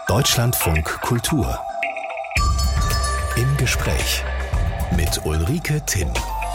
Deutschlandfunk Kultur. Im Gespräch mit Ulrike Timm.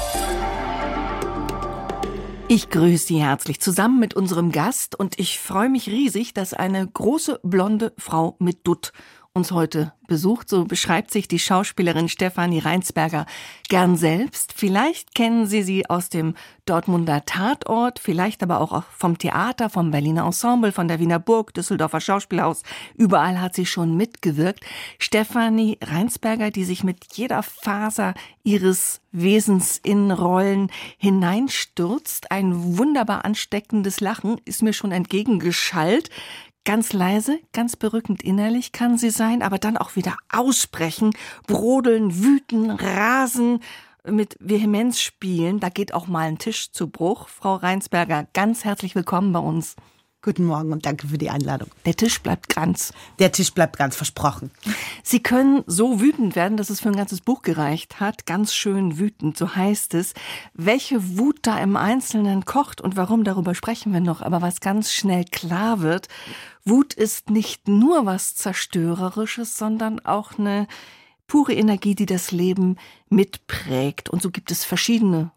Ich grüße Sie herzlich zusammen mit unserem Gast und ich freue mich riesig, dass eine große blonde Frau mit Dutt uns heute besucht. So beschreibt sich die Schauspielerin Stefanie Reinsberger gern selbst. Vielleicht kennen Sie sie aus dem Dortmunder Tatort, vielleicht aber auch vom Theater, vom Berliner Ensemble, von der Wiener Burg, Düsseldorfer Schauspielhaus. Überall hat sie schon mitgewirkt. Stefanie Reinsberger, die sich mit jeder Faser ihres Wesens in Rollen hineinstürzt. Ein wunderbar ansteckendes Lachen ist mir schon entgegengeschallt. Ganz leise, ganz berückend innerlich kann sie sein, aber dann auch wieder ausbrechen, brodeln, wüten, rasen, mit Vehemenz spielen. Da geht auch mal ein Tisch zu Bruch. Frau Reinsberger, ganz herzlich willkommen bei uns. Guten Morgen und danke für die Einladung. Der Tisch bleibt ganz. Der Tisch bleibt ganz, versprochen. Sie können so wütend werden, dass es für ein ganzes Buch gereicht hat. Ganz schön wütend, so heißt es. Welche Wut da im Einzelnen kocht und warum, darüber sprechen wir noch. Aber was ganz schnell klar wird, Wut ist nicht nur was Zerstörerisches, sondern auch eine pure Energie, die das Leben mitprägt. Und so gibt es verschiedene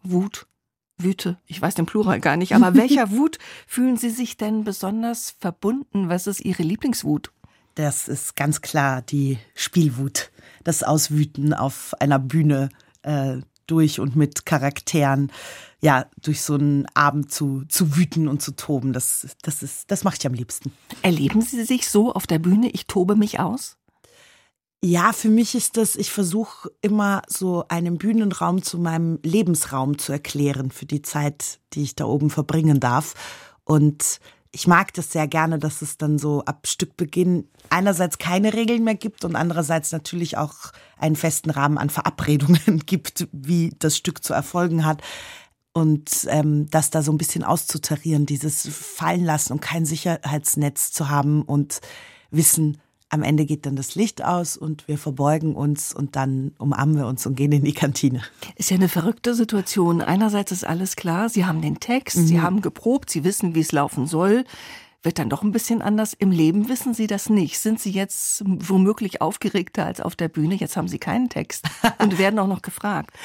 Wüte, ich weiß den Plural gar nicht, aber welcher Wut fühlen Sie sich denn besonders verbunden? Was ist Ihre Lieblingswut? Das ist ganz klar die Spielwut, das Auswüten auf einer Bühne durch und mit Charakteren, ja, durch so einen Abend zu wüten und zu toben, das mache ich am liebsten. Erleben Sie sich so auf der Bühne, ich tobe mich aus? Ja, für mich ist das, ich versuche immer so einen Bühnenraum zu meinem Lebensraum zu erklären für die Zeit, die ich da oben verbringen darf. Und ich mag das sehr gerne, dass es dann so ab Stückbeginn einerseits keine Regeln mehr gibt und andererseits natürlich auch einen festen Rahmen an Verabredungen gibt, wie das Stück zu erfolgen hat. Und das da so ein bisschen auszutarieren, dieses Fallenlassen und kein Sicherheitsnetz zu haben und wissen, am Ende geht dann das Licht aus und wir verbeugen uns und dann umarmen wir uns und gehen in die Kantine. Ist ja eine verrückte Situation. Einerseits ist alles klar, Sie haben den Text, Sie haben geprobt, Sie wissen, wie es laufen soll. Wird dann doch ein bisschen anders. Im Leben wissen Sie das nicht. Sind Sie jetzt womöglich aufgeregter als auf der Bühne? Jetzt haben Sie keinen Text und werden auch noch gefragt.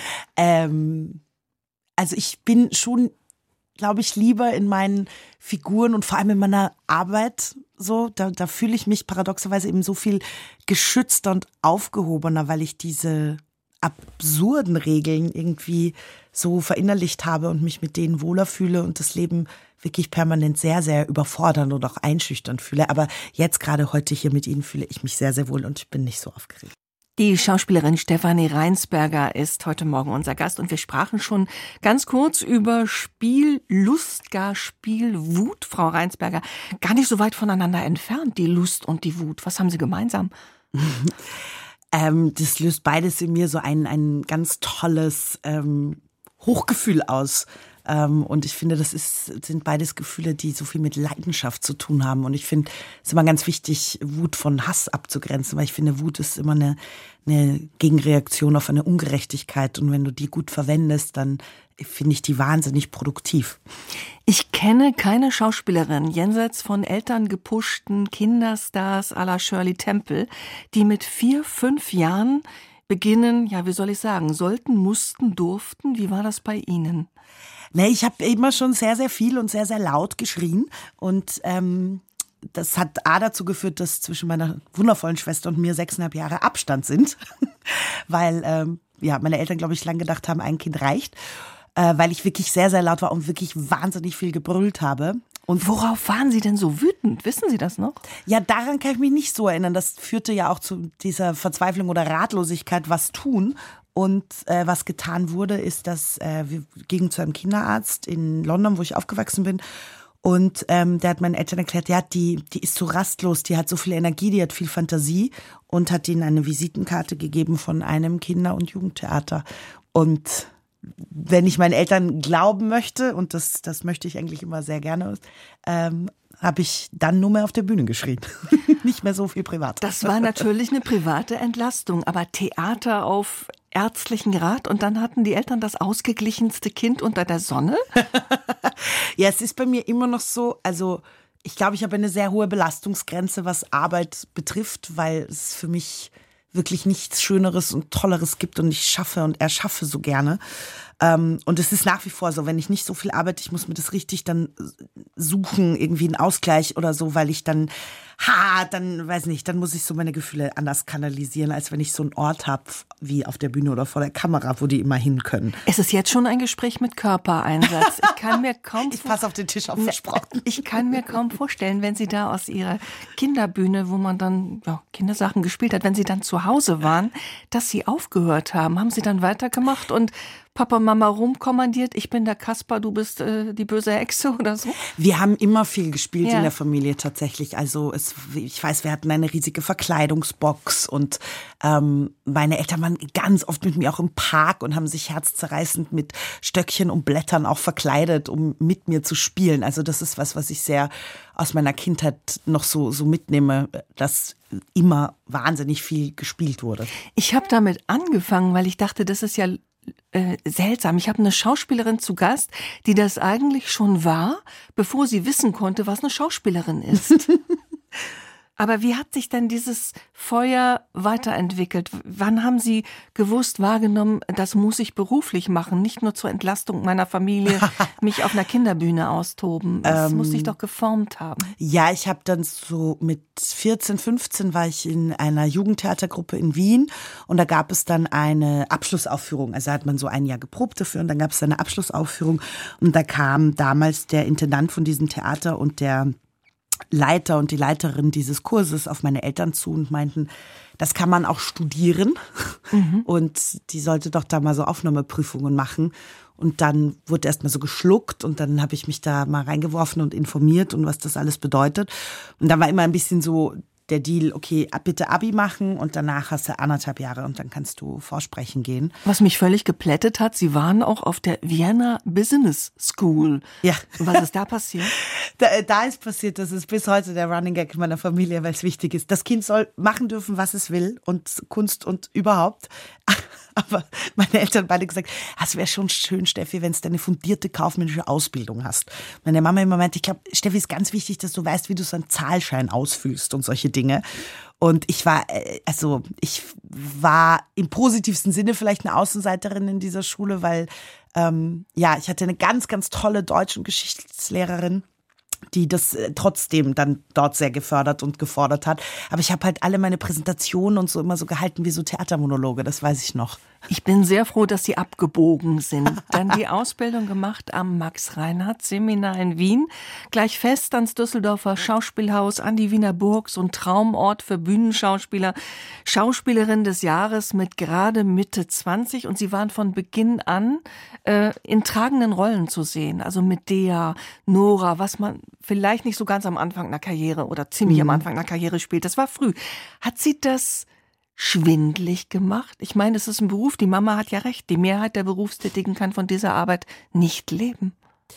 Also ich bin schon, glaube ich, lieber in meinen Figuren und vor allem in meiner Arbeit so. Da fühle ich mich paradoxerweise eben so viel geschützter und aufgehobener, weil ich diese absurden Regeln irgendwie so verinnerlicht habe und mich mit denen wohler fühle und das Leben wirklich permanent sehr, sehr überfordernd und auch einschüchternd fühle. Aber jetzt gerade heute hier mit Ihnen fühle ich mich sehr, sehr wohl und ich bin nicht so aufgeregt. Die Schauspielerin Stefanie Reinsberger ist heute Morgen unser Gast und wir sprachen schon ganz kurz über Spiellust, gar Spielwut. Frau Reinsberger, gar nicht so weit voneinander entfernt, die Lust und die Wut. Was haben Sie gemeinsam? Das löst beides in mir so ein ganz tolles Hochgefühl aus. Und ich finde, sind beides Gefühle, die so viel mit Leidenschaft zu tun haben. Und ich finde, es ist immer ganz wichtig, Wut von Hass abzugrenzen, weil ich finde, Wut ist immer eine Gegenreaktion auf eine Ungerechtigkeit. Und wenn du die gut verwendest, dann finde ich die wahnsinnig produktiv. Ich kenne keine Schauspielerin, jenseits von elterngepushten Kinderstars à la Shirley Temple, die mit 4, 5 Jahren beginnen, ja, wie soll ich sagen, sollten, mussten, durften. Wie war das bei Ihnen? Nee, ich habe immer schon sehr, sehr viel und sehr, sehr laut geschrien und das hat dazu geführt, dass zwischen meiner wundervollen Schwester und mir 6,5 Jahre Abstand sind, weil meine Eltern, glaube ich, lang gedacht haben, ein Kind reicht, weil ich wirklich sehr, sehr laut war und wirklich wahnsinnig viel gebrüllt habe. Und worauf waren Sie denn so wütend? Wissen Sie das noch? Ja, daran kann ich mich nicht so erinnern. Das führte ja auch zu dieser Verzweiflung oder Ratlosigkeit, was tun. Und was getan wurde, ist, dass wir gingen zu einem Kinderarzt in London, wo ich aufgewachsen bin. Und der hat meinen Eltern erklärt, ja, die ist so rastlos, die hat so viel Energie, die hat viel Fantasie und hat ihnen eine Visitenkarte gegeben von einem Kinder- und Jugendtheater. Und wenn ich meinen Eltern glauben möchte, und das möchte ich eigentlich immer sehr gerne, habe ich dann nur mehr auf der Bühne geschrien. Nicht mehr so viel privat. Das war natürlich eine private Entlastung, aber Theater auf ärztlichen Rat und dann hatten die Eltern das ausgeglichenste Kind unter der Sonne? Ja, es ist bei mir immer noch so, also Ich glaube, ich habe eine sehr hohe Belastungsgrenze, was Arbeit betrifft, weil es für mich wirklich nichts Schöneres und Tolleres gibt und ich schaffe und erschaffe so gerne. Und es ist nach wie vor so, wenn ich nicht so viel arbeite, ich muss mir das richtig dann suchen, irgendwie einen Ausgleich oder so, weil ich dann weiß nicht, dann muss ich so meine Gefühle anders kanalisieren, als wenn ich so einen Ort habe, wie auf der Bühne oder vor der Kamera, wo die immer hin können. Es ist jetzt schon ein Gespräch mit Körpereinsatz. Ich kann mir kaum Ich passe auf den Tisch auf, versprochen. Ich kann mir kaum vorstellen, wenn Sie da aus Ihrer Kinderbühne, wo man dann Kindersachen gespielt hat, wenn Sie dann zu Hause waren, dass Sie aufgehört haben. Haben Sie dann weitergemacht und Papa, Mama rumkommandiert, ich bin der Kasper, du bist die böse Hexe oder so? Wir haben immer viel gespielt in der Familie tatsächlich. Also ich weiß, wir hatten eine riesige Verkleidungsbox und meine Eltern waren ganz oft mit mir auch im Park und haben sich herzzerreißend mit Stöckchen und Blättern auch verkleidet, um mit mir zu spielen. Also das ist was ich sehr aus meiner Kindheit noch so mitnehme, dass immer wahnsinnig viel gespielt wurde. Ich habe damit angefangen, weil ich dachte, das ist ja seltsam. Ich habe eine Schauspielerin zu Gast, die das eigentlich schon war, bevor sie wissen konnte, was eine Schauspielerin ist. Aber wie hat sich denn dieses Feuer weiterentwickelt? Wann haben Sie gewusst, wahrgenommen, das muss ich beruflich machen, nicht nur zur Entlastung meiner Familie, mich auf einer Kinderbühne austoben? Das muss sich doch geformt haben. Ja, ich habe dann so mit 14, 15 war ich in einer Jugendtheatergruppe in Wien und da gab es dann eine Abschlussaufführung. Also hat man so ein Jahr geprobt dafür und dann gab es eine Abschlussaufführung und da kam damals der Intendant von diesem Theater und der Leiter und die Leiterin dieses Kurses auf meine Eltern zu und meinten, das kann man auch studieren. Und die sollte doch da mal so Aufnahmeprüfungen machen. Und dann wurde erst mal so geschluckt und dann habe ich mich da mal reingeworfen und informiert und was das alles bedeutet. Und dann war immer ein bisschen so der Deal, okay, bitte Abi machen und danach hast du 1,5 Jahre und dann kannst du vorsprechen gehen. Was mich völlig geplättet hat, Sie waren auch auf der Vienna Business School. Ja. Was ist da passiert? Da ist passiert, das ist bis heute der Running Gag meiner Familie, weil es wichtig ist. Das Kind soll machen dürfen, was es will und Kunst und überhaupt. Aber meine Eltern beide gesagt, es wäre schon schön, Steffi, wenn du eine fundierte kaufmännische Ausbildung hast. Meine Mama immer meinte, ich glaube, Steffi, ist ganz wichtig, dass du weißt, wie du so einen Zahlschein ausfüllst und solche Dinge. Und ich war im positivsten Sinne vielleicht eine Außenseiterin in dieser Schule, weil ich hatte eine ganz, ganz tolle Deutsch- und Geschichtslehrerin, die das trotzdem dann dort sehr gefördert und gefordert hat. Aber ich habe halt alle meine Präsentationen und so immer so gehalten wie so Theatermonologe, das weiß ich noch. Ich bin sehr froh, dass Sie abgebogen sind. Dann die Ausbildung gemacht am Max-Reinhardt-Seminar in Wien. Gleich fest ans Düsseldorfer Schauspielhaus, an die Wiener Burg, so ein Traumort für Bühnenschauspieler. Schauspielerin des Jahres mit gerade Mitte 20 und Sie waren von Beginn an in tragenden Rollen zu sehen. Also Medea, Nora, was man vielleicht nicht so ganz am Anfang einer Karriere oder ziemlich am Anfang einer Karriere spielt. Das war früh. Hat Sie das schwindlig gemacht? Ich meine, es ist ein Beruf, die Mama hat ja recht, die Mehrheit der Berufstätigen kann von dieser Arbeit nicht leben.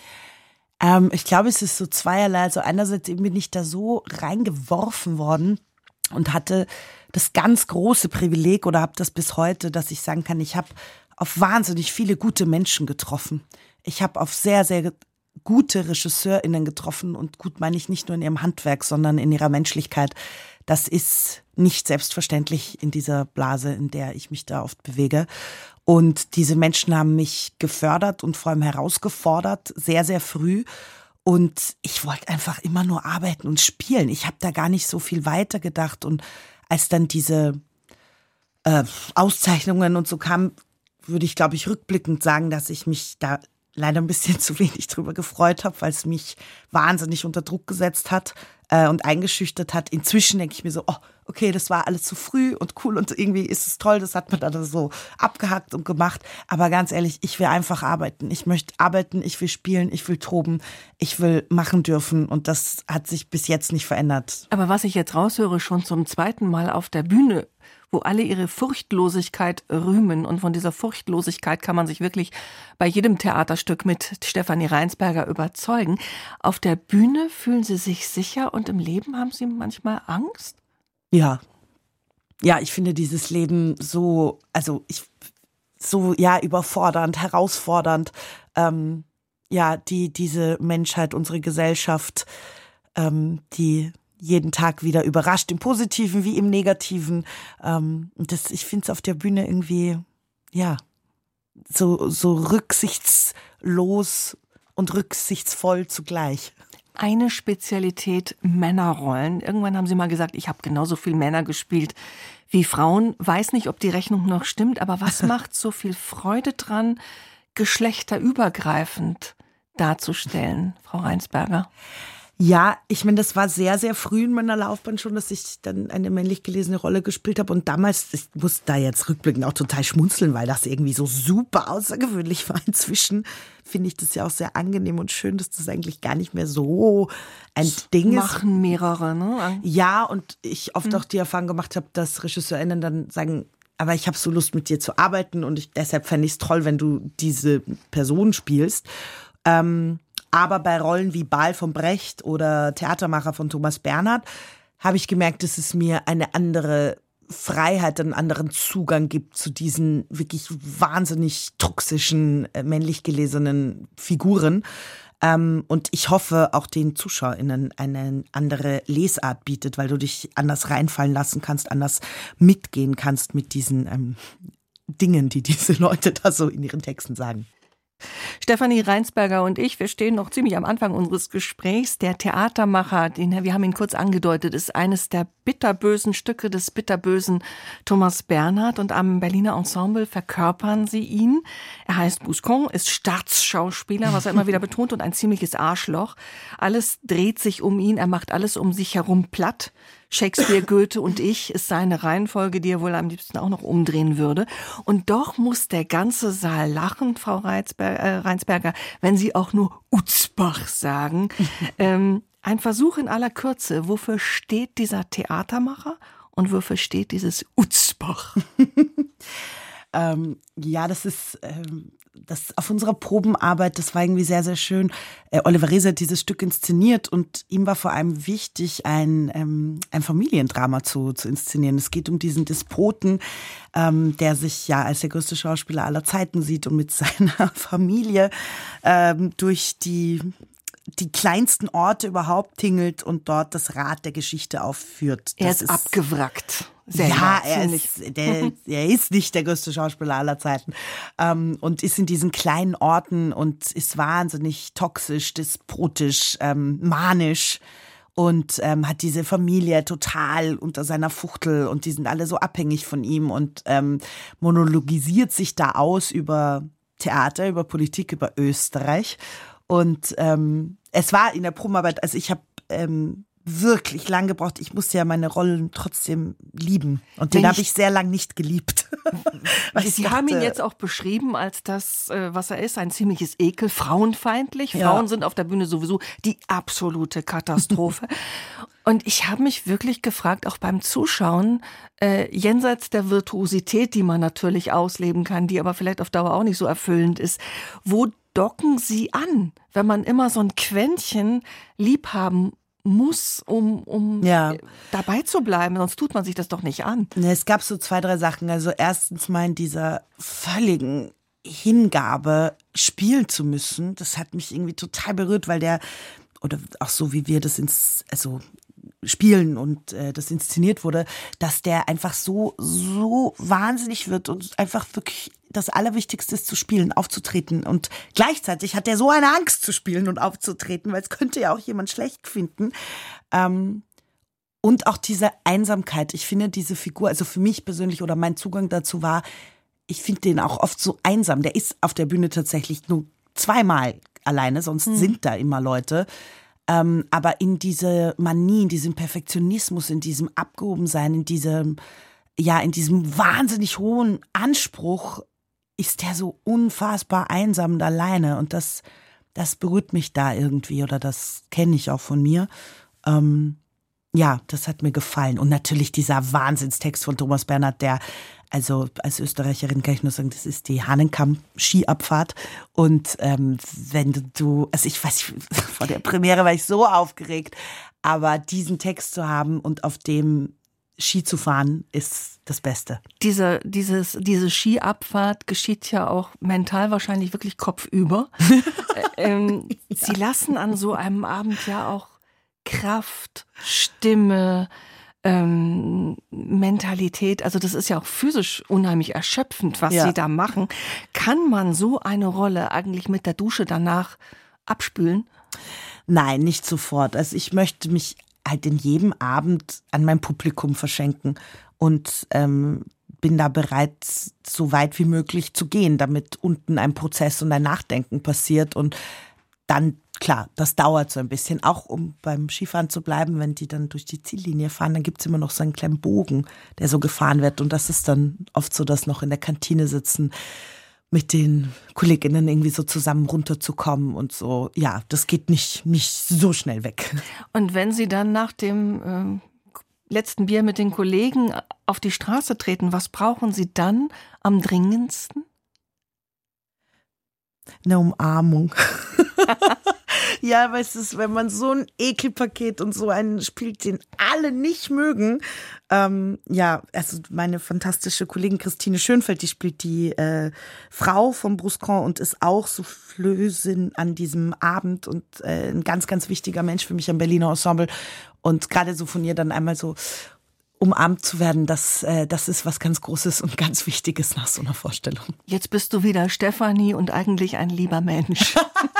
Ich glaube, es ist so zweierlei. Also einerseits eben bin ich da so reingeworfen worden und hatte das ganz große Privileg oder habe das bis heute, dass ich sagen kann, ich habe auf wahnsinnig viele gute Menschen getroffen. Ich habe auf sehr, sehr gute RegisseurInnen getroffen und gut meine ich nicht nur in ihrem Handwerk, sondern in ihrer Menschlichkeit. Das ist nicht selbstverständlich in dieser Blase, in der ich mich da oft bewege. Und diese Menschen haben mich gefördert und vor allem herausgefordert, sehr, sehr früh. Und ich wollte einfach immer nur arbeiten und spielen. Ich habe da gar nicht so viel weiter gedacht. Und als dann diese Auszeichnungen und so kamen, würde ich, glaube ich, rückblickend sagen, dass ich mich da leider ein bisschen zu wenig drüber gefreut habe, weil es mich wahnsinnig unter Druck gesetzt hat und eingeschüchtert hat. Inzwischen denke ich mir so, oh, okay, das war alles zu früh und cool und irgendwie ist es toll, das hat man dann so abgehackt und gemacht. Aber ganz ehrlich, ich will einfach arbeiten. Ich möchte arbeiten, ich will spielen, ich will toben, ich will machen dürfen und das hat sich bis jetzt nicht verändert. Aber was ich jetzt raushöre, schon zum zweiten Mal auf der Bühne, wo alle ihre Furchtlosigkeit rühmen. Und von dieser Furchtlosigkeit kann man sich wirklich bei jedem Theaterstück mit Stefanie Reinsberger überzeugen. Auf der Bühne fühlen Sie sich sicher und im Leben haben Sie manchmal Angst? Ja. Ja, ich finde dieses Leben so überfordernd, herausfordernd. Diese Menschheit, unsere Gesellschaft die jeden Tag wieder überrascht, im Positiven wie im Negativen. Ich finde es auf der Bühne irgendwie, ja, so rücksichtslos und rücksichtsvoll zugleich. Eine Spezialität Männerrollen. Irgendwann haben Sie mal gesagt, ich habe genauso viel Männer gespielt wie Frauen. Weiß nicht, ob die Rechnung noch stimmt, aber was macht so viel Freude dran, geschlechterübergreifend darzustellen, Frau Reinsberger? Ja, ich meine, das war sehr, sehr früh in meiner Laufbahn schon, dass ich dann eine männlich gelesene Rolle gespielt habe. Und damals, ich muss da jetzt rückblickend auch total schmunzeln, weil das irgendwie so super außergewöhnlich war. Inzwischen finde ich das ja auch sehr angenehm und schön, dass das eigentlich gar nicht mehr so ein Ding ist. Machen mehrere, ne? Ja, und ich oft auch die Erfahrung gemacht habe, dass RegisseurInnen dann sagen, aber ich habe so Lust, mit dir zu arbeiten und deshalb fände ich es toll, wenn du diese Person spielst. Aber bei Rollen wie Baal von Brecht oder Theatermacher von Thomas Bernhard habe ich gemerkt, dass es mir eine andere Freiheit, einen anderen Zugang gibt zu diesen wirklich wahnsinnig toxischen, männlich gelesenen Figuren. Und ich hoffe, auch den ZuschauerInnen eine andere Lesart bietet, weil du dich anders reinfallen lassen kannst, anders mitgehen kannst mit diesen Dingen, die diese Leute da so in ihren Texten sagen. Stefanie Reinsberger und ich, wir stehen noch ziemlich am Anfang unseres Gesprächs. Der Theatermacher, wir haben ihn kurz angedeutet, ist eines der bitterbösen Stücke des bitterbösen Thomas Bernhard und am Berliner Ensemble verkörpern sie ihn. Er heißt Buscon, ist Staatsschauspieler, was er immer wieder betont, und ein ziemliches Arschloch. Alles dreht sich um ihn, er macht alles um sich herum platt. Shakespeare, Goethe und ich ist seine Reihenfolge, die er wohl am liebsten auch noch umdrehen würde. Und doch muss der ganze Saal lachen, Frau Reinsberger, wenn Sie auch nur Utzbach sagen. Ein Versuch in aller Kürze. Wofür steht dieser Theatermacher und wofür steht dieses Utzbach? Ja, das ist das auf unserer Probenarbeit, das war irgendwie sehr, sehr schön. Oliver Reese hat dieses Stück inszeniert und ihm war vor allem wichtig, ein Familiendrama zu inszenieren. Es geht um diesen Despoten, der sich ja als der größte Schauspieler aller Zeiten sieht und mit seiner Familie durch die kleinsten Orte überhaupt tingelt und dort das Rad der Geschichte aufführt. Er ist abgewrackt. Ja, er ist nicht der größte Schauspieler aller Zeiten und ist in diesen kleinen Orten und ist wahnsinnig toxisch, despotisch, manisch und hat diese Familie total unter seiner Fuchtel und die sind alle so abhängig von ihm und monologisiert sich da aus über Theater, über Politik, über Österreich. Und es war in der Probenarbeit, also ich habe wirklich lang gebraucht. Ich musste ja meine Rollen trotzdem lieben. Und den habe ich sehr lang nicht geliebt. Sie haben ihn jetzt auch beschrieben als das, was er ist, ein ziemliches Ekel, frauenfeindlich. Ja. Frauen sind auf der Bühne sowieso die absolute Katastrophe. Und ich habe mich wirklich gefragt, auch beim Zuschauen, jenseits der Virtuosität, die man natürlich ausleben kann, die aber vielleicht auf Dauer auch nicht so erfüllend ist, wo docken Sie an, wenn man immer so ein Quäntchen lieb haben muss, um dabei zu bleiben, sonst tut man sich das doch nicht an. Es gab so 2, 3 Sachen. Also erstens mal in dieser völligen Hingabe spielen zu müssen, das hat mich irgendwie total berührt, weil oder auch so wie wir das spielen und das inszeniert wurde, dass der einfach so wahnsinnig wird und einfach wirklich das Allerwichtigste ist zu spielen, aufzutreten. Und gleichzeitig hat er so eine Angst zu spielen und aufzutreten, weil es könnte ja auch jemand schlecht finden. Und auch diese Einsamkeit. Ich finde diese Figur, also für mich persönlich oder mein Zugang dazu war, ich finde den auch oft so einsam. Der ist auf der Bühne tatsächlich nur 2-mal alleine, sonst sind da immer Leute. Aber in diese Manie, in diesem Perfektionismus, in diesem Abgehobensein, in diesem wahnsinnig hohen Anspruch, ist der so unfassbar einsam und alleine. Und das berührt mich da irgendwie oder das kenne ich auch von mir. Das hat mir gefallen. Und natürlich dieser Wahnsinnstext von Thomas Bernhard, der, also als Österreicherin kann ich nur sagen, das ist die Hahnenkamm-Skiabfahrt. Und wenn du, also ich weiß, vor der Premiere war ich so aufgeregt, aber diesen Text zu haben und auf dem Ski zu fahren, ist das Beste. Diese Skiabfahrt geschieht ja auch mental wahrscheinlich wirklich kopfüber. Sie lassen an so einem Abend ja auch Kraft, Stimme, Mentalität, also das ist ja auch physisch unheimlich erschöpfend, was Sie da machen. Kann man so eine Rolle eigentlich mit der Dusche danach abspülen? Nein, nicht sofort. Also ich möchte mich halt in jedem Abend an mein Publikum verschenken und bin da bereit, so weit wie möglich zu gehen, damit unten ein Prozess und ein Nachdenken passiert. Und dann, klar, das dauert so ein bisschen. Auch um beim Skifahren zu bleiben, wenn die dann durch die Ziellinie fahren, dann gibt's immer noch so einen kleinen Bogen, der so gefahren wird. Und das ist dann oft so, dass noch in der Kantine sitzen, mit den KollegInnen irgendwie so zusammen runterzukommen und so. Ja, das geht nicht so schnell weg. Und wenn Sie dann nach dem letzten Bier mit den Kollegen auf die Straße treten, was brauchen Sie dann am dringendsten? Eine Umarmung. Ja, weil es ist, wenn man so ein Ekelpaket und so einen spielt, den alle nicht mögen. Also meine fantastische Kollegin Christine Schönfeld, die spielt die Frau von Bruscon und ist auch Soufflösin an diesem Abend und ein ganz, ganz wichtiger Mensch für mich am Berliner Ensemble. Und gerade so von ihr dann einmal so umarmt zu werden, das ist was ganz Großes und ganz Wichtiges nach so einer Vorstellung. Jetzt bist du wieder Stefanie und eigentlich ein lieber Mensch.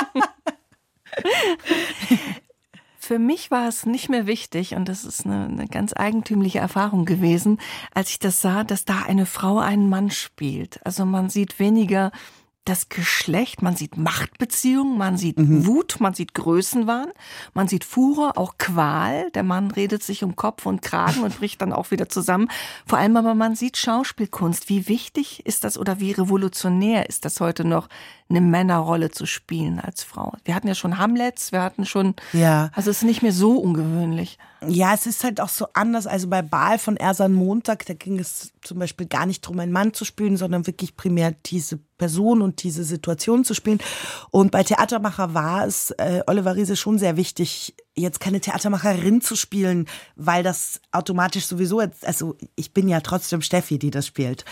Für mich war es nicht mehr wichtig, und das ist eine ganz eigentümliche Erfahrung gewesen, als ich das sah, dass da eine Frau einen Mann spielt. Also man sieht weniger das Geschlecht, man sieht Machtbeziehungen, man sieht Wut, man sieht Größenwahn, man sieht Furor, auch Qual. Der Mann redet sich um Kopf und Kragen und bricht dann auch wieder zusammen. Vor allem aber man sieht Schauspielkunst. Wie wichtig ist das oder wie revolutionär ist das heute noch, eine Männerrolle zu spielen als Frau? Wir hatten ja schon Hamlets, wir hatten schon, also es ist nicht mehr so ungewöhnlich. Ja, es ist halt auch so anders. Also bei Baal von Ersan Montag, da ging es zum Beispiel gar nicht darum, einen Mann zu spielen, sondern wirklich primär diese Person und diese Situation zu spielen. Und bei Theatermacher war es Oliver Riese schon sehr wichtig, jetzt keine Theatermacherin zu spielen, weil das automatisch sowieso, also ich bin ja trotzdem Steffi, die das spielt.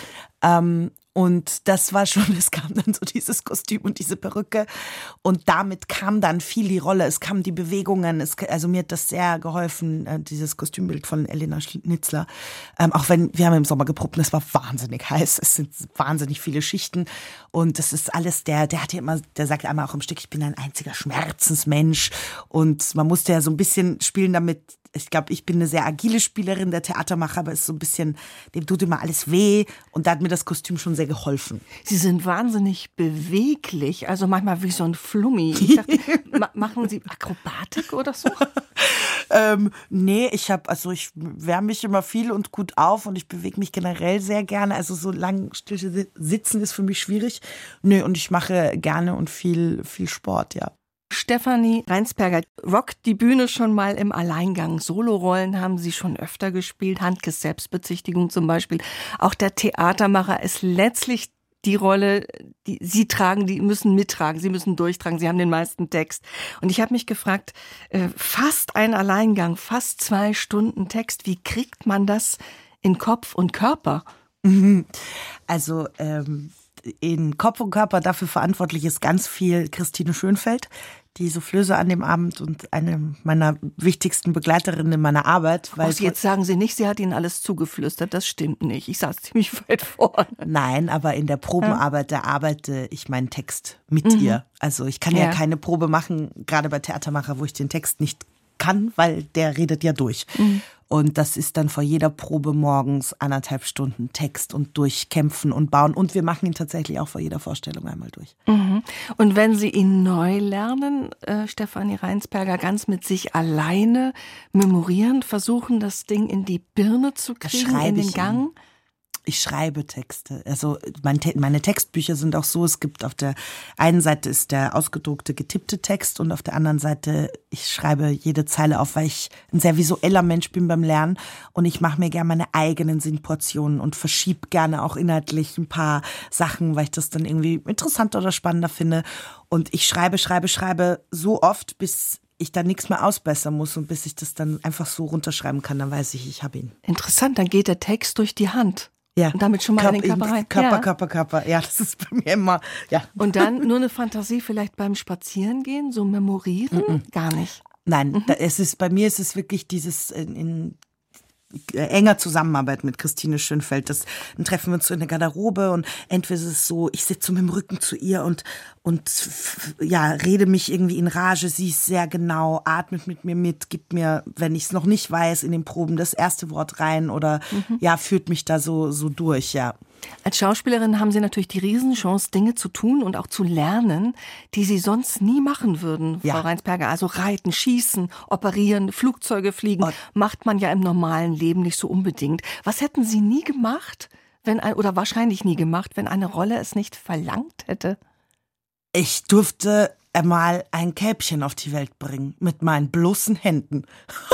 Und das war schon, es kam dann so dieses Kostüm und diese Perücke und damit kam dann viel die Rolle, es kamen die Bewegungen, also mir hat das sehr geholfen, dieses Kostümbild von Elena Schnitzler, auch wenn, wir haben im Sommer geprobt und es war wahnsinnig heiß, es sind wahnsinnig viele Schichten und das ist alles, der hat ja immer, der sagt einmal auch im Stück, ich bin ein einziger Schmerzensmensch und man musste ja so ein bisschen spielen damit, ich glaube, ich bin eine sehr agile Spielerin, der Theatermacher, aber ist so ein bisschen, dem tut immer alles weh und da hat mir das Kostüm schon sehr geholfen. Sie sind wahnsinnig beweglich, also manchmal wie so ein Flummi. Ich dachte, machen Sie Akrobatik oder so? Nee, ich wärme mich immer viel und gut auf und ich bewege mich generell sehr gerne, also so lang still sitzen ist für mich schwierig. Nö, und ich mache gerne und viel Sport, ja. Stefanie Reinsperger rockt die Bühne schon mal im Alleingang. Solorollen haben Sie schon öfter gespielt, Handkes Selbstbezichtigung zum Beispiel. Auch der Theatermacher ist letztlich die Rolle, die Sie tragen, die müssen mittragen, Sie müssen durchtragen, Sie haben den meisten Text. Und ich habe mich gefragt, fast ein Alleingang, fast 2 Stunden Text, wie kriegt man das in Kopf und Körper? Also in Kopf und Körper dafür verantwortlich ist ganz viel Christine Schönfeld, die Soufflöse an dem Abend und eine meiner wichtigsten Begleiterinnen in meiner Arbeit. Weil jetzt sagen Sie nicht, sie hat Ihnen alles zugeflüstert, das stimmt nicht. Ich saß ziemlich weit vorne. Nein, aber in der Probenarbeit, da arbeite ich meinen Text mit ihr. Also ich kann ja keine Probe machen, gerade bei Theatermacher, wo ich den Text nicht kann, weil der redet ja durch. Und das ist dann vor jeder Probe morgens 1,5 Stunden Text und durchkämpfen und bauen. Und wir machen ihn tatsächlich auch vor jeder Vorstellung einmal durch. Und wenn Sie ihn neu lernen, Stefanie Reinsperger, ganz mit sich alleine memorieren, versuchen, das Ding in die Birne zu kriegen, in den Gang? Ich schreibe Texte. Also meine Textbücher sind auch so, es gibt auf der einen Seite ist der ausgedruckte, getippte Text und auf der anderen Seite, ich schreibe jede Zeile auf, weil ich ein sehr visueller Mensch bin beim Lernen und ich mache mir gerne meine eigenen Sinnportionen und verschiebe gerne auch inhaltlich ein paar Sachen, weil ich das dann irgendwie interessanter oder spannender finde. Und ich schreibe so oft, bis ich da nichts mehr ausbessern muss und bis ich das dann einfach so runterschreiben kann, dann weiß ich habe ihn. Interessant, dann geht der Text durch die Hand. Ja. Und damit schon mal in den Körper rein. Körper. Ja, das ist bei mir immer, ja. Und dann nur eine Fantasie vielleicht beim Spazierengehen, so memorieren? Gar nicht. Nein, bei mir ist es wirklich dieses in enger Zusammenarbeit mit Christine Schönfeld. Dann treffen wir uns so in der Garderobe und entweder ist es so, ich sitze so mit dem Rücken zu ihr und rede mich irgendwie in Rage. Sie ist sehr genau, atmet mit mir mit, gibt mir, wenn ich es noch nicht weiß, in den Proben das erste Wort rein oder führt mich da so durch, ja. Als Schauspielerin haben Sie natürlich die Riesenchance, Dinge zu tun und auch zu lernen, die Sie sonst nie machen würden, Frau Reinsperger. Also reiten, schießen, operieren, Flugzeuge fliegen, macht man ja im normalen Leben nicht so unbedingt. Was hätten Sie nie gemacht, oder wahrscheinlich nie gemacht, wenn eine Rolle es nicht verlangt hätte? Ich durfte einmal ein Kälbchen auf die Welt bringen, mit meinen bloßen Händen.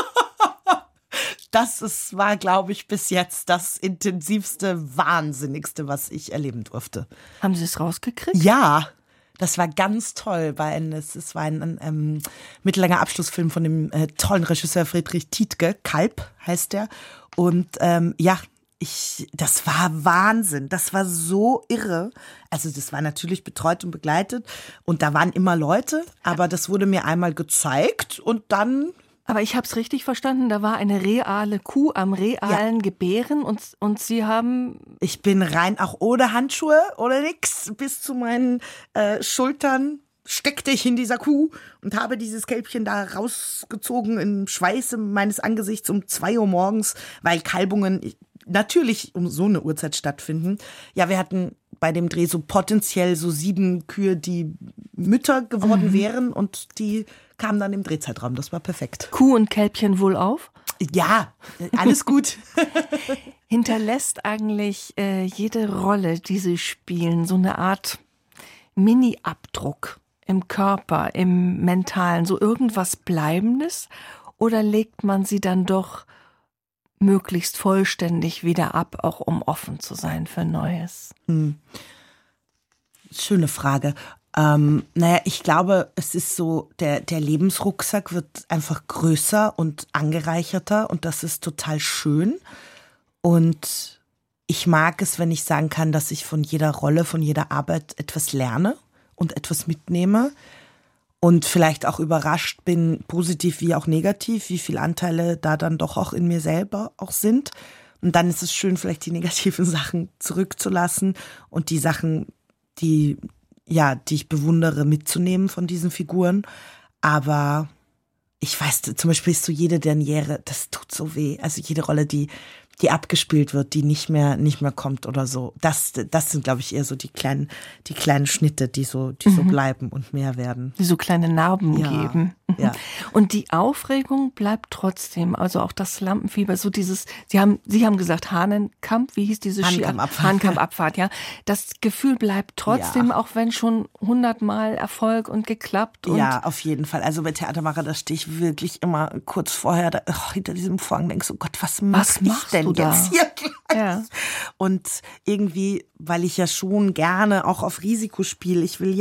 War, glaube ich, bis jetzt das intensivste, wahnsinnigste, was ich erleben durfte. Haben Sie es rausgekriegt? Ja, das war ganz toll. Es war ein mittellanger Abschlussfilm von dem tollen Regisseur Friedrich Tiedtke. Kalb heißt der. Und das war Wahnsinn. Das war so irre. Also das war natürlich betreut und begleitet. Und da waren immer Leute. Aber das wurde mir einmal gezeigt und dann... Aber ich habe es richtig verstanden, da war eine reale Kuh am realen Gebären und Sie haben... Ich bin rein, auch ohne Handschuhe oder nix, bis zu meinen Schultern steckte ich in dieser Kuh und habe dieses Kälbchen da rausgezogen im Schweiße meines Angesichts um 2 Uhr morgens, weil Kalbungen natürlich um so eine Uhrzeit stattfinden. Ja, wir hatten bei dem Dreh so potenziell so 7 Kühe, die Mütter geworden wären und die kamen dann im Drehzeitraum. Das war perfekt. Kuh und Kälbchen wohlauf? Ja, alles gut. Hinterlässt eigentlich jede Rolle, die Sie spielen, so eine Art Mini-Abdruck im Körper, im Mentalen, so irgendwas Bleibendes? Oder legt man sie dann doch möglichst vollständig wieder ab, auch um offen zu sein für Neues? Schöne Frage. Ich glaube, es ist so, der Lebensrucksack wird einfach größer und angereicherter und das ist total schön. Und ich mag es, wenn ich sagen kann, dass ich von jeder Rolle, von jeder Arbeit etwas lerne und etwas mitnehme und vielleicht auch überrascht bin, positiv wie auch negativ, wie viele Anteile da dann doch auch in mir selber auch sind. Und dann ist es schön, vielleicht die negativen Sachen zurückzulassen und die Sachen, die ich bewundere, mitzunehmen von diesen Figuren. Aber ich weiß, zum Beispiel ist so jede Derniere, das tut so weh. Also jede Rolle, die abgespielt wird, die nicht mehr kommt oder so. Das sind, glaube ich, eher so die kleinen Schnitte, die so bleiben und mehr werden. Die so kleine Narben geben. Ja. Und die Aufregung bleibt trotzdem, also auch das Lampenfieber, so dieses, Sie haben gesagt, Hahnenkamp, wie hieß diese Hahnenkampabfahrt, ja. Das Gefühl bleibt trotzdem, auch wenn schon 100-mal Erfolg und geklappt. Und ja, auf jeden Fall. Also bei Theatermacher, da stehe ich wirklich immer kurz vorher hinter diesem Vorhang, denke so, Gott, was mach ich denn jetzt hier gleich? Ja. Und irgendwie, weil ich ja schon gerne auch auf Risiko spiele, ich will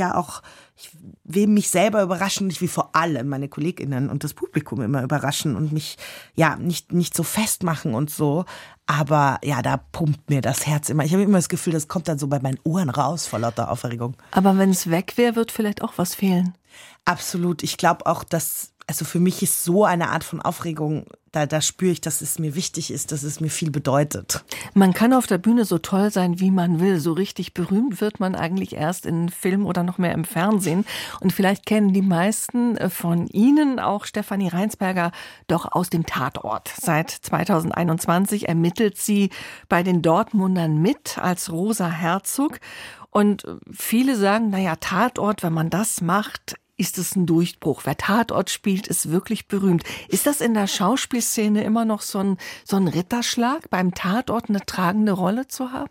mich selber überraschen, ich will vor allem meine KollegInnen und das Publikum immer überraschen und mich nicht so festmachen und so. Aber ja, da pumpt mir das Herz immer. Ich habe immer das Gefühl, das kommt dann so bei meinen Ohren raus vor lauter Aufregung. Aber wenn es weg wäre, wird vielleicht auch was fehlen. Absolut. Ich glaube auch, also für mich ist so eine Art von Aufregung, da spüre ich, dass es mir wichtig ist, dass es mir viel bedeutet. Man kann auf der Bühne so toll sein, wie man will. So richtig berühmt wird man eigentlich erst in Film oder noch mehr im Fernsehen. Und vielleicht kennen die meisten von Ihnen auch Stefanie Reinsperger doch aus dem Tatort. Seit 2021 ermittelt sie bei den Dortmundern mit als Rosa Herzog. Und viele sagen, Tatort, wenn man das macht, ist es ein Durchbruch. Wer Tatort spielt, ist wirklich berühmt. Ist das in der Schauspielszene immer noch so ein Ritterschlag, beim Tatort eine tragende Rolle zu haben?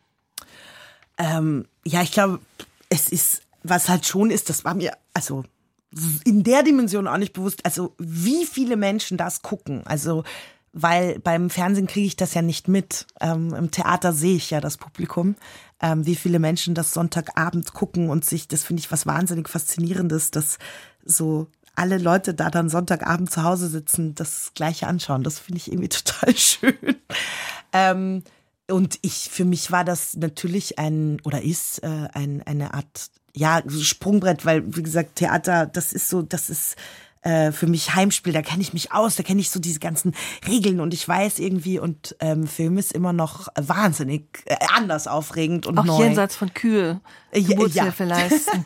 Ich glaube, es ist, was halt schon ist, das war mir also in der Dimension auch nicht bewusst, also wie viele Menschen das gucken. Also weil beim Fernsehen kriege ich das ja nicht mit. Im Theater sehe ich ja das Publikum, wie viele Menschen das Sonntagabend gucken und das finde ich was wahnsinnig Faszinierendes, dass so alle Leute da dann Sonntagabend zu Hause sitzen, das Gleiche anschauen. Das finde ich irgendwie total schön. Und für mich war das natürlich eine Art Sprungbrett, weil wie gesagt Theater, das ist für mich Heimspiel, da kenne ich mich aus, da kenne ich so diese ganzen Regeln und ich weiß irgendwie und Film ist immer noch wahnsinnig anders aufregend und auch neu. Auch jenseits von Kühe Geburtshilfe leisten.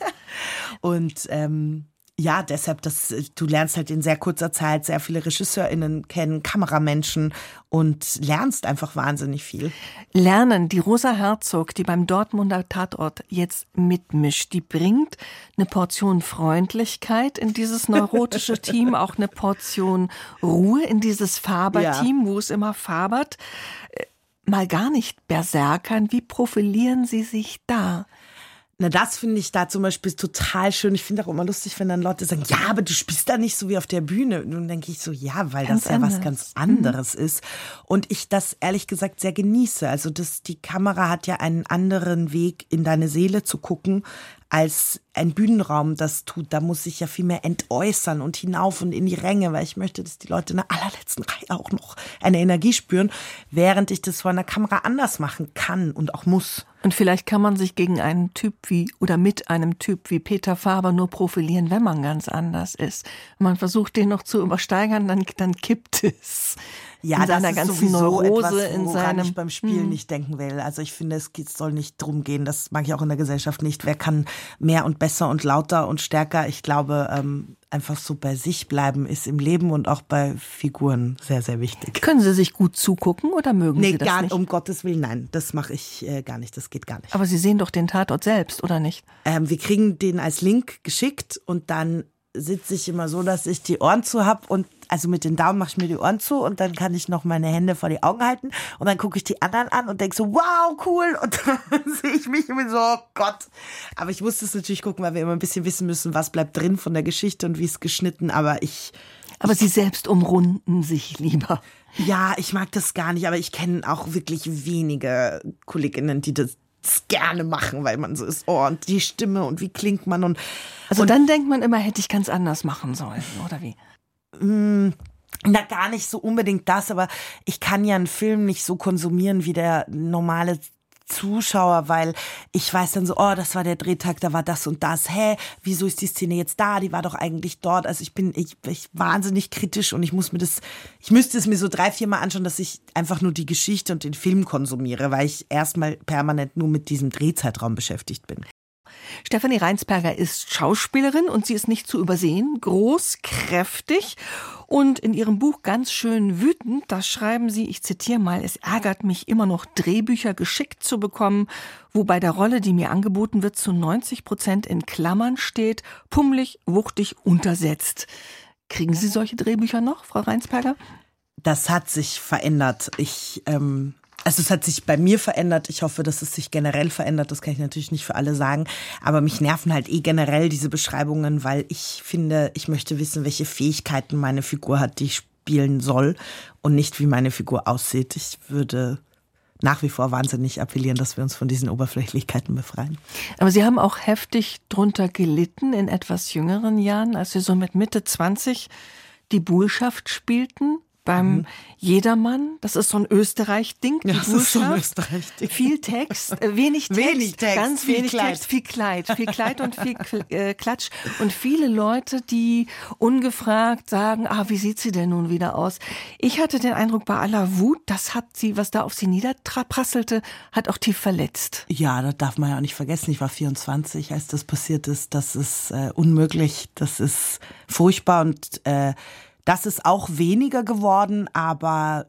Und ja, deshalb, du lernst halt in sehr kurzer Zeit sehr viele RegisseurInnen kennen, Kameramenschen und lernst einfach wahnsinnig viel. Lernen, die Rosa Herzog, die beim Dortmunder Tatort jetzt mitmischt, die bringt eine Portion Freundlichkeit in dieses neurotische Team, auch eine Portion Ruhe in dieses Faber-Team, wo es immer fabert. Mal gar nicht Berserkern, wie profilieren Sie sich da? Na, das finde ich da zum Beispiel total schön. Ich finde auch immer lustig, wenn dann Leute sagen, ja, aber du spielst da nicht so wie auf der Bühne. Und dann denke ich so, ja, weil das ja was ganz anderes ist. Und ich das ehrlich gesagt sehr genieße. Also die Kamera hat ja einen anderen Weg, in deine Seele zu gucken, als ein Bühnenraum das tut. Da muss ich ja viel mehr entäußern und hinauf und in die Ränge, weil ich möchte, dass die Leute in der allerletzten Reihe auch noch eine Energie spüren, während ich das vor einer Kamera anders machen kann und auch muss. Und vielleicht kann man sich gegen einen Typ mit einem Typ wie Peter Faber nur profilieren, wenn man ganz anders ist. Wenn man versucht, den noch zu übersteigern, dann kippt es. Ja, in seiner das ist ganzen sowieso Neurose, etwas, woran ich beim Spielen nicht denken will. Also ich finde, es soll nicht drum gehen, das mag ich auch in der Gesellschaft nicht. Wer kann mehr und besser und lauter und stärker? Ich glaube, einfach so bei sich bleiben ist im Leben und auch bei Figuren sehr, sehr wichtig. Können Sie sich gut zugucken oder mögen Sie das nicht? Um Gottes Willen, nein, das mache ich gar nicht, das geht gar nicht. Aber Sie sehen doch den Tatort selbst, oder nicht? Wir kriegen den als Link geschickt und dann sitze ich immer so, dass ich die Ohren zu habe und also mit den Daumen mache ich mir die Ohren zu und dann kann ich noch meine Hände vor die Augen halten und dann gucke ich die anderen an und denke so, wow, cool, und dann sehe ich mich immer so, oh Gott. Aber ich muss das natürlich gucken, weil wir immer ein bisschen wissen müssen, was bleibt drin von der Geschichte und wie es geschnitten, aber Sie selbst umrunden sich lieber. Ja, ich mag das gar nicht, aber ich kenne auch wirklich wenige KollegInnen, die das gerne machen, weil man so ist, oh, und die Stimme und wie klingt man und dann denkt man immer, hätte ich ganz anders machen sollen, oder wie? Na, gar nicht so unbedingt das, aber ich kann ja einen Film nicht so konsumieren wie der normale Zuschauer, weil ich weiß dann so, oh, das war der Drehtag, da war das und das, wieso ist die Szene jetzt da, die war doch eigentlich dort, also ich bin wahnsinnig kritisch und ich müsste es mir so 3-4 Mal anschauen, dass ich einfach nur die Geschichte und den Film konsumiere, weil ich erstmal permanent nur mit diesem Drehzeitraum beschäftigt bin. Stefanie Reinsperger ist Schauspielerin und sie ist nicht zu übersehen, groß, kräftig und in ihrem Buch Ganz schön wütend, da schreiben sie, ich zitiere mal, es ärgert mich immer noch, Drehbücher geschickt zu bekommen, wo bei der Rolle, die mir angeboten wird, zu 90% in Klammern steht, pummelig, wuchtig, untersetzt. Kriegen Sie solche Drehbücher noch, Frau Reinsperger? Das hat sich verändert. Also es hat sich bei mir verändert. Ich hoffe, dass es sich generell verändert. Das kann ich natürlich nicht für alle sagen. Aber mich nerven halt generell diese Beschreibungen, weil ich finde, ich möchte wissen, welche Fähigkeiten meine Figur hat, die ich spielen soll und nicht, wie meine Figur aussieht. Ich würde nach wie vor wahnsinnig appellieren, dass wir uns von diesen Oberflächlichkeiten befreien. Aber Sie haben auch heftig drunter gelitten in etwas jüngeren Jahren, als Sie so mit Mitte 20 die Buhlschaft spielten. Beim Jedermann, das ist so ein Österreich-Ding. Ja, das ist so ein Österreich-Ding. Viel Text, wenig Text, ganz wenig Text, viel Kleid und viel Klatsch. Und viele Leute, die ungefragt sagen, wie sieht sie denn nun wieder aus? Ich hatte den Eindruck, bei aller Wut, das hat sie, was da auf sie niederprasselte, hat auch tief verletzt. Ja, das darf man ja auch nicht vergessen. Ich war 24, als das passiert ist. Das ist unmöglich, das ist furchtbar und das ist auch weniger geworden, aber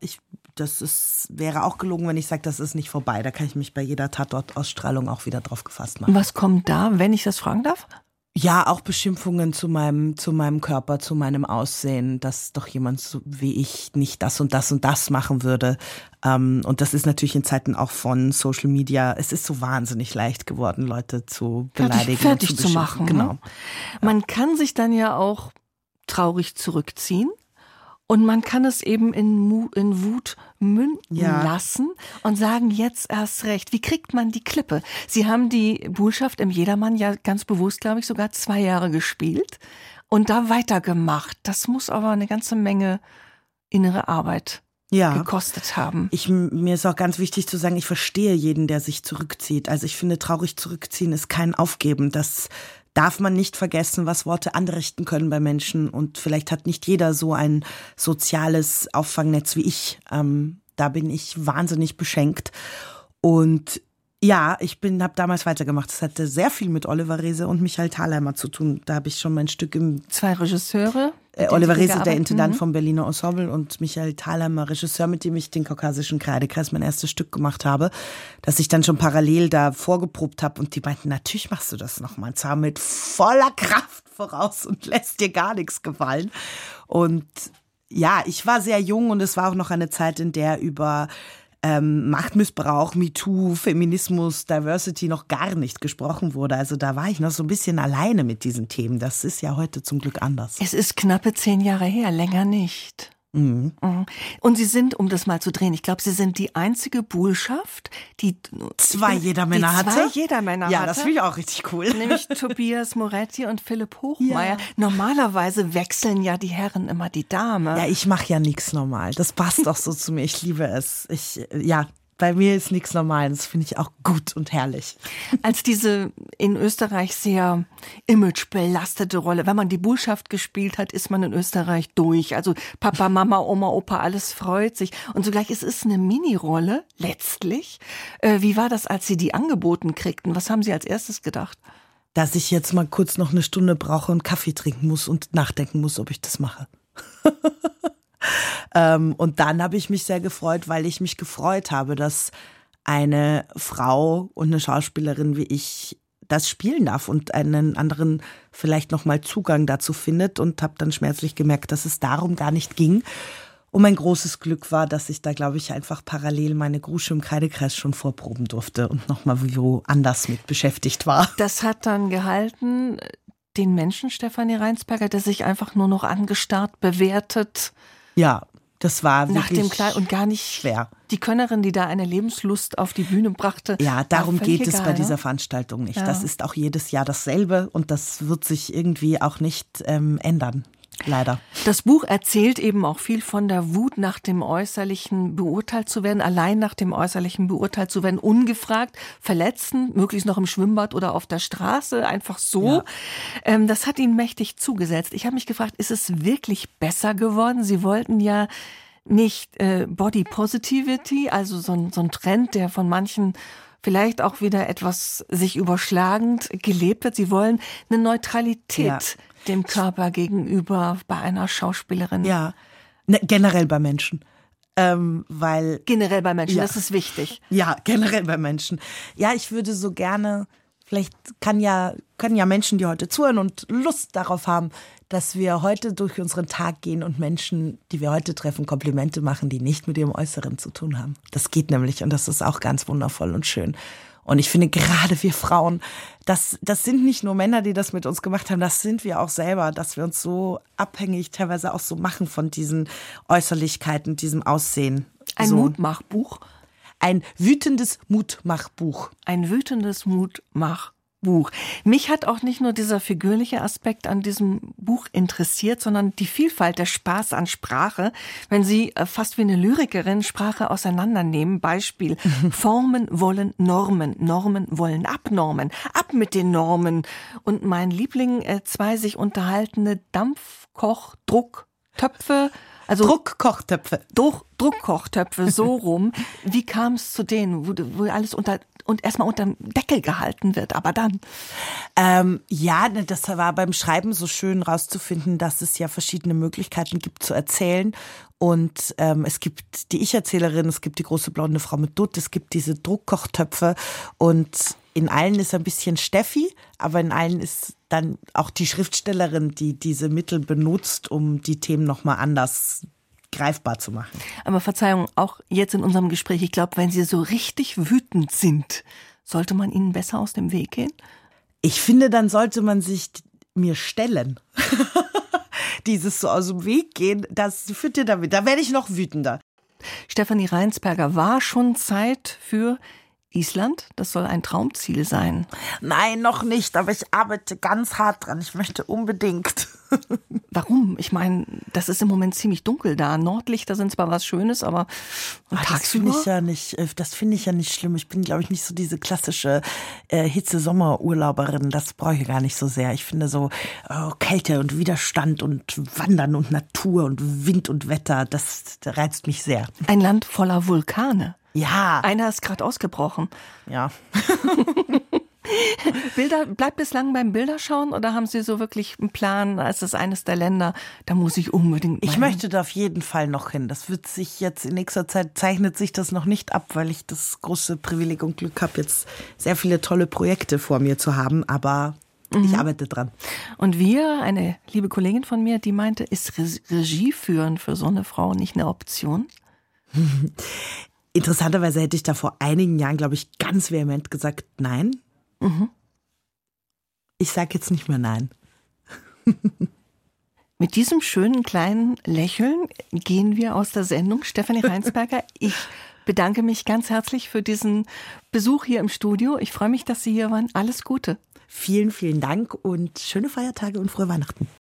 wäre auch gelogen, wenn ich sage, das ist nicht vorbei. Da kann ich mich bei jeder Tatort-Ausstrahlung auch wieder drauf gefasst machen. Was kommt da, wenn ich das fragen darf? Ja, auch Beschimpfungen zu meinem Körper, zu meinem Aussehen, dass doch jemand so wie ich nicht das und das und das machen würde. Und das ist natürlich in Zeiten auch von Social Media, es ist so wahnsinnig leicht geworden, Leute zu beleidigen. Fertig zu machen. Genau. Ne? Man kann sich dann ja auch traurig zurückziehen und man kann es eben in Wut münden lassen und sagen, jetzt erst recht. Wie kriegt man die Klippe? Sie haben die Buhlschaft im Jedermann ja ganz bewusst, glaube ich, sogar 2 Jahre gespielt und da weitergemacht. Das muss aber eine ganze Menge innere Arbeit gekostet haben. Mir ist auch ganz wichtig zu sagen, ich verstehe jeden, der sich zurückzieht. Also ich finde, traurig zurückziehen ist kein Aufgeben. Das darf man nicht vergessen, was Worte anrichten können bei Menschen. Und vielleicht hat nicht jeder so ein soziales Auffangnetz wie ich. Da bin ich wahnsinnig beschenkt. Und ja, habe damals weitergemacht. Das hatte sehr viel mit Oliver Reese und Michael Thalheimer zu tun. Da habe ich schon mein Stück Zwei Regisseure. Oliver Reese, der Intendant vom Berliner Ensemble, und Michael Thalheimer, Regisseur, mit dem ich den Kaukasischen Kreidekreis, mein erstes Stück gemacht habe, dass ich dann schon parallel da vorgeprobt habe, und die meinten, natürlich machst du das nochmal. Und zwar mit voller Kraft voraus und lässt dir gar nichts gefallen. Und ja, ich war sehr jung, und es war auch noch eine Zeit, in der über Machtmissbrauch, MeToo, Feminismus, Diversity noch gar nicht gesprochen wurde. Also da war ich noch so ein bisschen alleine mit diesen Themen. Das ist ja heute zum Glück anders. Es ist knappe 10 Jahre her, länger nicht. Mhm. Und Sie sind, um das mal zu drehen, ich glaube, Sie sind die einzige Buhlschaft, die 2 Jedermänner hatte. 2 Jedermänner ja, hatte. Das finde ich auch richtig cool. Nämlich Tobias Moretti und Philipp Hochmeier. Ja. Normalerweise wechseln ja die Herren immer die Dame. Ja, ich mache ja nichts normal. Das passt auch so zu mir. Ich liebe es. Bei mir ist nichts normal. Das finde ich auch gut und herrlich. Als diese in Österreich sehr imagebelastete Rolle, wenn man die Buhlschaft gespielt hat, ist man in Österreich durch. Also Papa, Mama, Oma, Opa, alles freut sich. Und zugleich ist es eine Mini-Rolle, letztlich. Wie war das, als Sie die angeboten kriegten? Was haben Sie als erstes gedacht? Dass ich jetzt mal kurz noch eine Stunde brauche und Kaffee trinken muss und nachdenken muss, ob ich das mache. Und dann habe ich mich sehr gefreut, weil ich mich gefreut habe, dass eine Frau und eine Schauspielerin wie ich das spielen darf und einen anderen vielleicht nochmal Zugang dazu findet, und habe dann schmerzlich gemerkt, dass es darum gar nicht ging. Und mein großes Glück war, dass ich da, glaube ich, einfach parallel meine Grusche im Kreidekreis schon vorproben durfte und nochmal woanders mit beschäftigt war. Das hat dann gehalten, den Menschen, Stefanie Reinsberger, der sich einfach nur noch angestarrt bewertet. Ja, das war nach wirklich dem Kleid und gar nicht schwer. Die Könnerin, die da eine Lebenslust auf die Bühne brachte. Ja, darum geht es bei dieser ne? Veranstaltung nicht. Ja. Das ist auch jedes Jahr dasselbe, und das wird sich irgendwie auch nicht ändern. Leider. Das Buch erzählt eben auch viel von der Wut, nach dem Äußerlichen beurteilt zu werden, allein nach dem Äußerlichen beurteilt zu werden, ungefragt, verletzen, möglichst noch im Schwimmbad oder auf der Straße, einfach so. Ja. Das hat Ihnen mächtig zugesetzt. Ich habe mich gefragt, ist es wirklich besser geworden? Sie wollten ja nicht Body Positivity, also so ein Trend, der von manchen vielleicht auch wieder etwas sich überschlagend gelebt wird. Sie wollen eine Neutralität dem Körper gegenüber bei einer Schauspielerin. Ja, generell bei Menschen. Generell bei Menschen, das ist wichtig. Ja, generell bei Menschen. Ja, ich würde so gerne, vielleicht können ja Menschen, die heute zuhören und Lust darauf haben, dass wir heute durch unseren Tag gehen und Menschen, die wir heute treffen, Komplimente machen, die nicht mit ihrem Äußeren zu tun haben. Das geht nämlich, und das ist auch ganz wundervoll und schön. Und ich finde, gerade wir Frauen, das sind nicht nur Männer, die das mit uns gemacht haben, das sind wir auch selber, dass wir uns so abhängig teilweise auch so machen von diesen Äußerlichkeiten, diesem Aussehen. Ein Mutmachbuch? Ein wütendes Mutmachbuch. Ein wütendes Mutmachbuch. Mich hat auch nicht nur dieser figürliche Aspekt an diesem Buch interessiert, sondern die Vielfalt, der Spaß an Sprache. Wenn Sie fast wie eine Lyrikerin Sprache auseinandernehmen, Beispiel, Formen wollen Normen, Normen wollen abnormen, ab mit den Normen. Und mein Liebling, 2 sich unterhaltene Dampfkoch-Drucktöpfe, also Druckkochtöpfe. Druckkochtöpfe, so rum. Wie kam es zu denen, wo alles erstmal unter dem Deckel gehalten wird, aber dann? Das war beim Schreiben so schön rauszufinden, dass es ja verschiedene Möglichkeiten gibt zu erzählen. Und es gibt die Ich-Erzählerin, es gibt die große blonde Frau mit Dutt, es gibt diese Druckkochtöpfe, und in allen ist ein bisschen Steffi, aber in allen ist dann auch die Schriftstellerin, die diese Mittel benutzt, um die Themen nochmal anders greifbar zu machen. Aber Verzeihung, auch jetzt in unserem Gespräch, ich glaube, wenn Sie so richtig wütend sind, sollte man Ihnen besser aus dem Weg gehen? Ich finde, dann sollte man sich mir stellen. Dieses so aus dem Weg gehen, das führt dir damit. Da werde ich noch wütender. Stefanie Reinsberger, war schon Zeit für Island, das soll ein Traumziel sein. Nein, noch nicht, aber ich arbeite ganz hart dran. Ich möchte unbedingt. Warum? Ich meine, das ist im Moment ziemlich dunkel da. Nordlichter sind zwar was Schönes, aber das finde ich ja nicht schlimm. Ich bin, glaube ich, nicht so diese klassische Hitze-Sommer-Urlauberin. Das brauche ich gar nicht so sehr. Ich finde so Kälte und Widerstand und Wandern und Natur und Wind und Wetter, das reizt mich sehr. Ein Land voller Vulkane. Ja. Einer ist gerade ausgebrochen. Ja. Bleibt bislang beim Bilderschauen oder haben Sie so wirklich einen Plan, es ist eines der Länder, da muss ich unbedingt mal Ich möchte da auf jeden Fall noch hin. Das wird sich jetzt in nächster Zeit, zeichnet sich das noch nicht ab, weil ich das große Privileg und Glück habe, jetzt sehr viele tolle Projekte vor mir zu haben, aber ich arbeite dran. Und eine liebe Kollegin von mir, die meinte, ist Regie führen für so eine Frau nicht eine Option? Interessanterweise hätte ich da vor einigen Jahren, glaube ich, ganz vehement gesagt, nein. Ich sage jetzt nicht mehr nein. Mit diesem schönen kleinen Lächeln gehen wir aus der Sendung. Stefanie Reinsberger, ich bedanke mich ganz herzlich für diesen Besuch hier im Studio. Ich freue mich, dass Sie hier waren. Alles Gute. Vielen, vielen Dank und schöne Feiertage und frohe Weihnachten.